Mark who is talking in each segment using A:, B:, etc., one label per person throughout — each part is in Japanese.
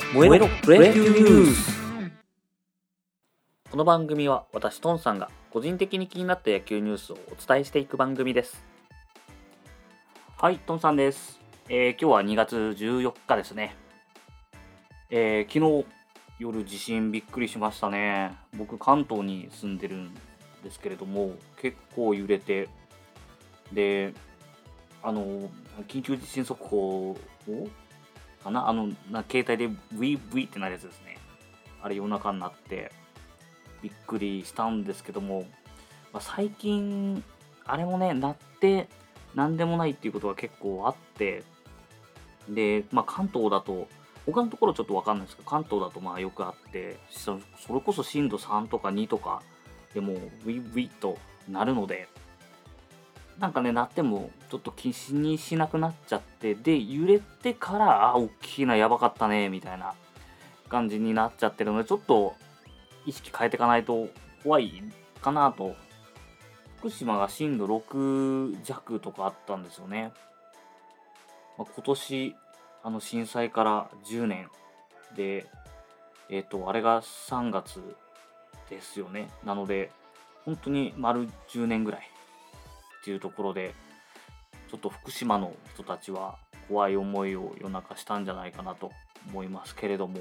A: 燃えろプロ野球ニュース。この番組は私トンさんが個人的に気になった野球ニュースをお伝えしていく番組です。はい、トンさんです。今日は2月14日ですね。昨日夜地震びっくりしましたね。僕関東に住んでるんですけれども、結構揺れて、で緊急地震速報をかな携帯で VV ってなるやつですね。あれ夜中になってびっくりしたんですけども、最近あれもね鳴ってなんでもないっていうことが結構あって、で、関東だと他のところちょっとわかんないですけど、関東だとよくあって、それこそ震度3とか2とかでもウィウィとなるので、なんかね鳴ってもちょっと気にしなくなっちゃって、で揺れてから大きいなやばかったねみたいな感じになっちゃってるので、ちょっと意識変えていかないと怖いかなと。福島が震度6弱とかあったんですよね。今年震災から10年で、あれが3月ですよね。なので本当に丸10年ぐらいっていうところで、ちょっと福島の人たちは怖い思いを夜中したんじゃないかなと思いますけれども、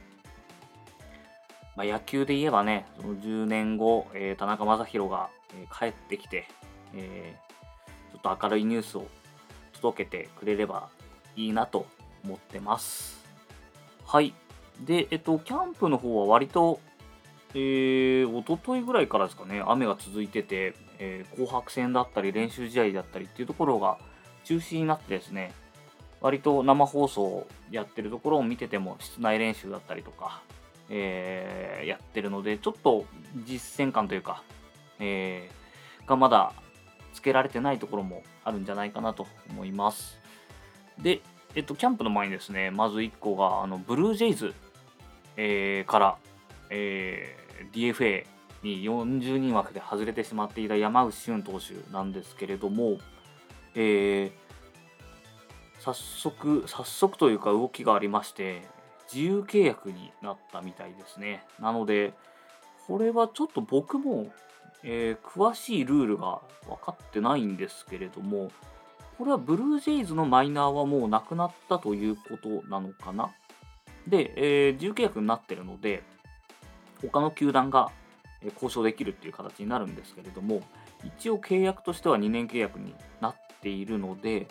A: 野球で言えばね、その10年後、田中将大が、帰ってきて、ちょっと明るいニュースを届けてくれればいいなと思ってます。はい。で、キャンプの方は割と、一昨日ぐらいからですかね、雨が続いてて、紅白戦だったり練習試合だったりっていうところが中止になってですね、割と生放送やってるところを見てても室内練習だったりとか、やってるので、ちょっと実践感というか、がまだつけられてないところもあるんじゃないかなと思います。で、キャンプの前にですね、まず1個がブルージェイズ、から、DFA に40人枠で外れてしまっていた山口俊投手なんですけれども、早速というか動きがありまして、自由契約になったみたいですね。なので、これはちょっと僕も、詳しいルールが分かってないんですけれども、これはブルージェイズのマイナーはもうなくなったということなのかな。で、自由契約になってるので、他の球団が交渉できるっていう形になるんですけれども、一応契約としては2年契約になっているので、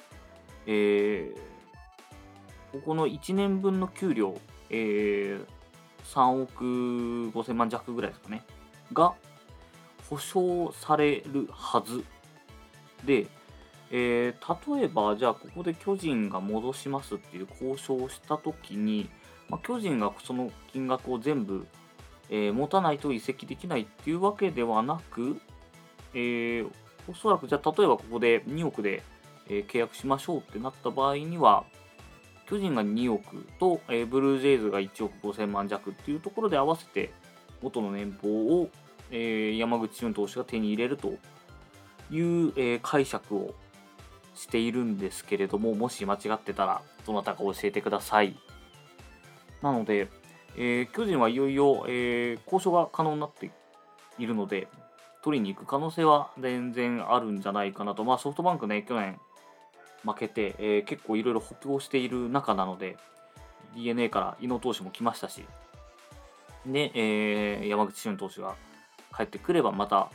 A: ここの1年分の給料、3億5000万弱ぐらいですかね、が保証されるはずで、例えば、じゃあここで巨人が戻しますっていう交渉をしたときに、巨人がその金額を全部、持たないと移籍できないっていうわけではなく、おそらくじゃあ例えばここで2億で、契約しましょうってなった場合には、巨人が2億と、ブルージェイズが1億5000万弱っていうところで合わせて元の年俸を、山口俊投手が手に入れるという、解釈をしているんですけれども、もし間違ってたらどなたか教えてください。なので、巨人はいよいよ、交渉が可能になっているので、取りに行く可能性は全然あるんじゃないかなと。ソフトバンクね、去年負けて、結構いろいろ補強している中なので、DNA から伊野投手も来ましたし、で、山口俊投手が帰ってくればまた、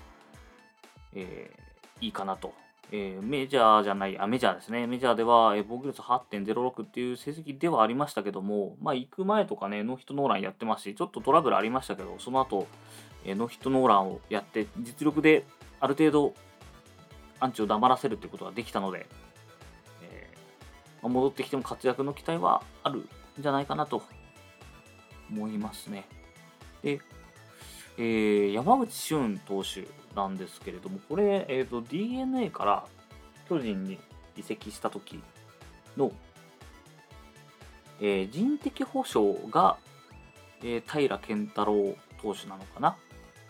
A: いいかなと。メジャーですね。メジャーでは、防御率8.06っていう成績ではありましたけども、行く前とかね、ノーヒットノーランやってますし、ちょっとトラブルありましたけど、その後、ノーヒットノーランをやって、実力である程度、アンチを黙らせるっていうことができたので、戻ってきても活躍の期待はあるんじゃないかなと思いますね。で、山口俊投手なんですけれども、これ、DNA から巨人に移籍した時の、人的保障が、平健太郎投手なのかな。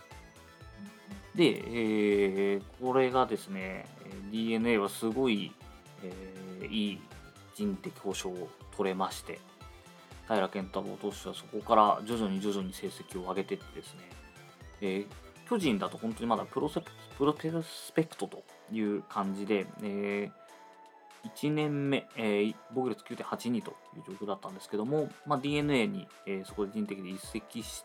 A: で、これがですね、DNA はすごい、いい人的保障を取れまして、 平健太郎投手はそこから徐々に成績を上げていってですね、巨人だと本当にまだプロスペクトという感じで、1年目、防御率 9.82 という状況だったんですけども、DNA に、そこで人的に移籍して、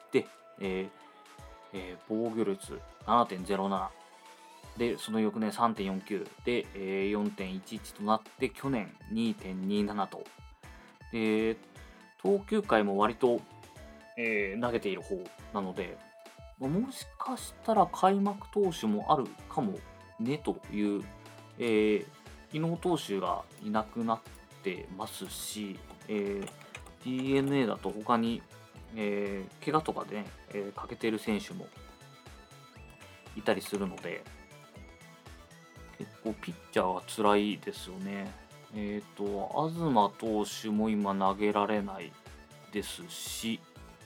A: 防御率 7.07 で、その翌年 3.49 で、4.11 となって、去年 2.27 と。で、投球回も割と、投げている方なので、もしかしたら開幕投手もあるかもねという、伊能投手がいなくなってますし、DNA だと他に、怪我とかでね、欠けている選手もいたりするので、結構ピッチャーは辛いですよね。東投手も今投げられないですし、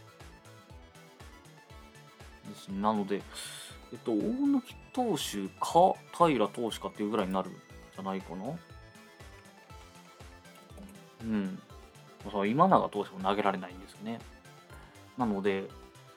A: ですね、なので、大貫投手か平投手かっていうぐらいになるんじゃないかな。うん。今永投手も投げられないんですよね。なので、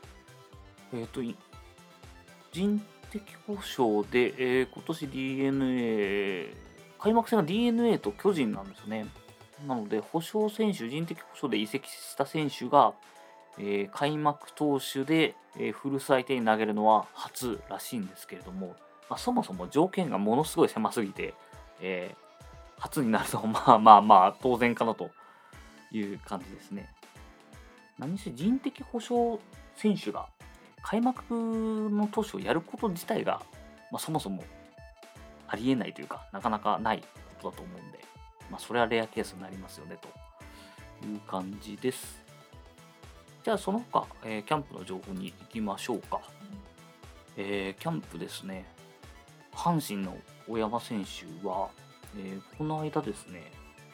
A: 人的保障で、今年 DNA、開幕戦が DNA と巨人なんですよね。なので、保証選手、人的保障で移籍した選手が、開幕投手で、フルス相手に投げるのは初らしいんですけれども、そもそも条件がものすごい狭すぎて、初になるのは当然かなという感じですね。何せ人的保障選手が開幕の投手をやること自体が、そもそもありえないというか、なかなかないことだと思うんで、それはレアケースになりますよねという感じです。じゃあその他、キャンプの情報に行きましょうか。キャンプですね。阪神の大山選手は、この間ですね、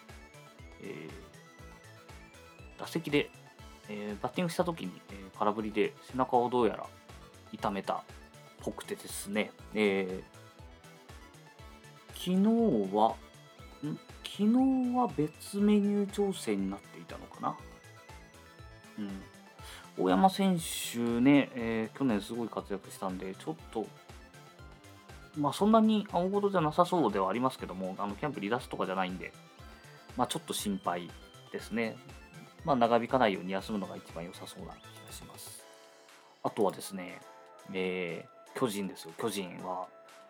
A: 打席で、バッティングした時に、空振りで背中をどうやら痛めたっぽくてですね、昨日は別メニュー調整になっていたのかな。大山選手ね、去年すごい活躍したんで、ちょっと、そんなに大事じゃなさそうではありますけども、キャンプ離脱とかじゃないんで、ちょっと心配ですね。長引かないように休むのが一番良さそうな気がします。あとはですね、巨人ですよ。巨人は、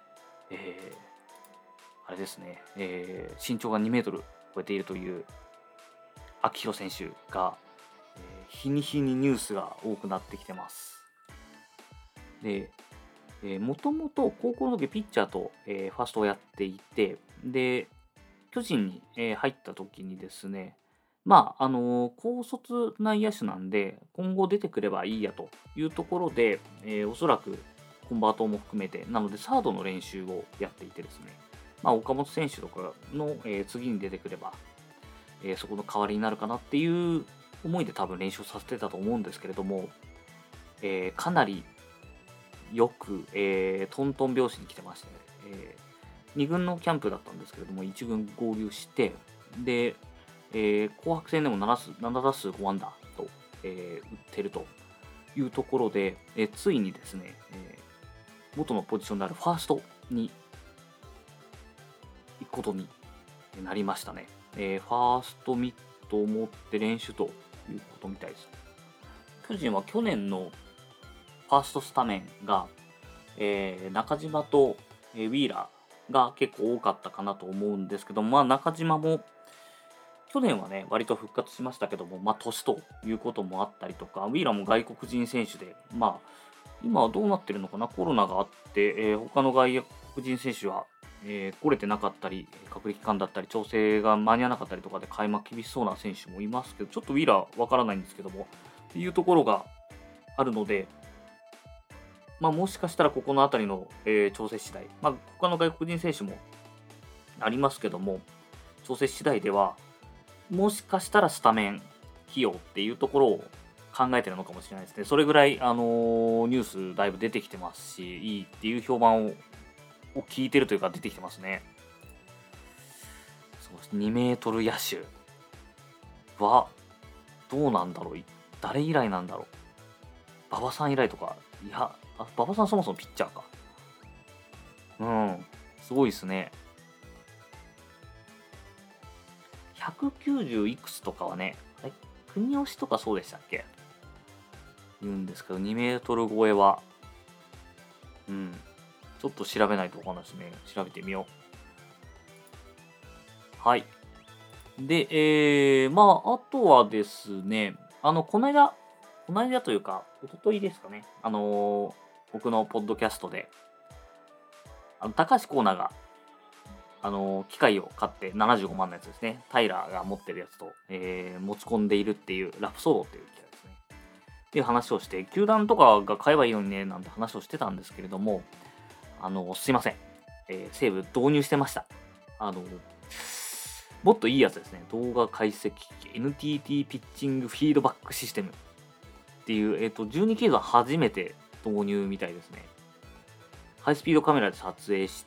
A: あれですね、身長が2メートル超えているという秋広選手が、日に日にニュースが多くなってきてます。で、もともと高校の時ピッチャーと、ファーストをやっていて、で、巨人に、入った時にですね、高卒内野手なんで、今後出てくればいいやというところで、おそらくコンバートも含めて、なのでサードの練習をやっていてですね、岡本選手とかの、次に出てくれば、そこの代わりになるかなっていう思いで多分練習させてたと思うんですけれども、かなりよく、トントン拍子に来てまして、2軍のキャンプだったんですけれども、1軍合流して、で、紅白戦でも7打数5安打と、打ってるというところで、ついにですね、元のポジションであるファーストに行くことになりましたね。ファーストミットを持って練習ということみたいです。巨人は去年のファーストスタメンが、中島と、ウィーラーが結構多かったかなと思うんですけども、中島も去年はね、割と復活しましたけども、年ということもあったりとか、ウィーラーも外国人選手で、今はどうなってるのかな、コロナがあって、他の外国人選手は、来れてなかったり、隔離期間だったり、調整が間に合わなかったりとかで開幕厳しそうな選手もいますけど、ちょっとウィーラーわからないんですけども、っていうところがあるので、もしかしたらここの辺りの、調整次第、他の外国人選手もありますけども、調整次第では、もしかしたらスタメン起用っていうところを考えてるのかもしれないですね。それぐらい、ニュースだいぶ出てきてますし、いいっていう評判を聞いてるというか出てきてますね。そうです。2メートル野手はどうなんだろう、誰以来なんだろう。馬場さん以来とか、いや、馬場さんそもそもピッチャーか。すごいですね。190いくつとかはね、国吉とかそうでしたっけ？言うんですけど、2メートル超えは、ちょっと調べないとわかんないですね。調べてみよう。はい。で、あとはですね、この間というか、一昨日ですかね、僕のポッドキャストで、高橋コーナーが、機械を買って75万のやつですね。タイラーが持ってるやつと、持ち込んでいるっていう、ラプソードっていう機械ですね。っていう話をして、球団とかが買えばいいのにね、なんて話をしてたんですけれども、すいません。西武導入してました。もっといいやつですね。動画解析機 NTT ピッチングフィードバックシステムっていう、12球団初めて導入みたいですね。ハイスピードカメラで撮影して、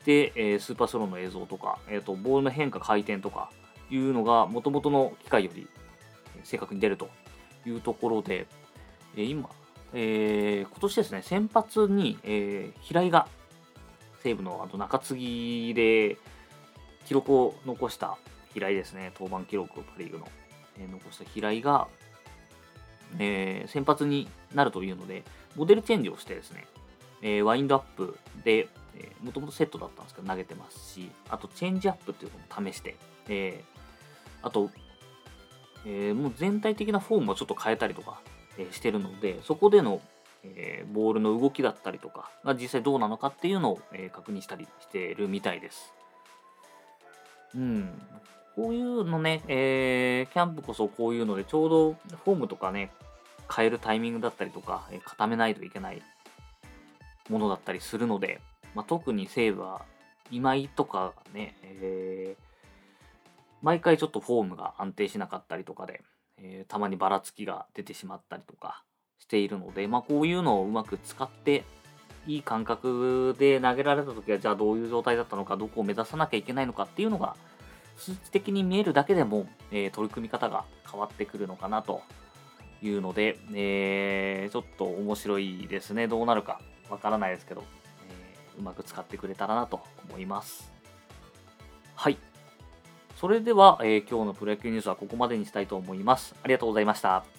A: スーパースローの映像とか、ボールの変化、回転とかいうのが元々の機械より正確に出るというところで、今年ですね、先発に、平井が西武の中継ぎで記録を残した平井ですね、登板記録をパ・リーグの、残した平井が、先発になるというので、モデルチェンジをしてですね、ワインドアップで、もともとセットだったんですけど投げてますし、あとチェンジアップっていうのも試して、あと、もう全体的なフォームをちょっと変えたりとか、してるので、そこでの、ボールの動きだったりとかが実際どうなのかっていうのを、確認したりしてるみたいです。こういうのね、キャンプこそこういうのでちょうどフォームとかね、変えるタイミングだったりとか、固めないといけないものだったりするので、特に西武は今井とかね、毎回ちょっとフォームが安定しなかったりとかで、たまにばらつきが出てしまったりとかしているので、こういうのをうまく使っていい感覚で投げられた時はじゃあどういう状態だったのか、どこを目指さなきゃいけないのかっていうのが数値的に見えるだけでも、取り組み方が変わってくるのかなというので、ちょっと面白いですね。どうなるかわからないですけど、うまく使ってくれたらなと思います。はい。それでは、今日のプロ野球ニュースはここまでにしたいと思います。ありがとうございました。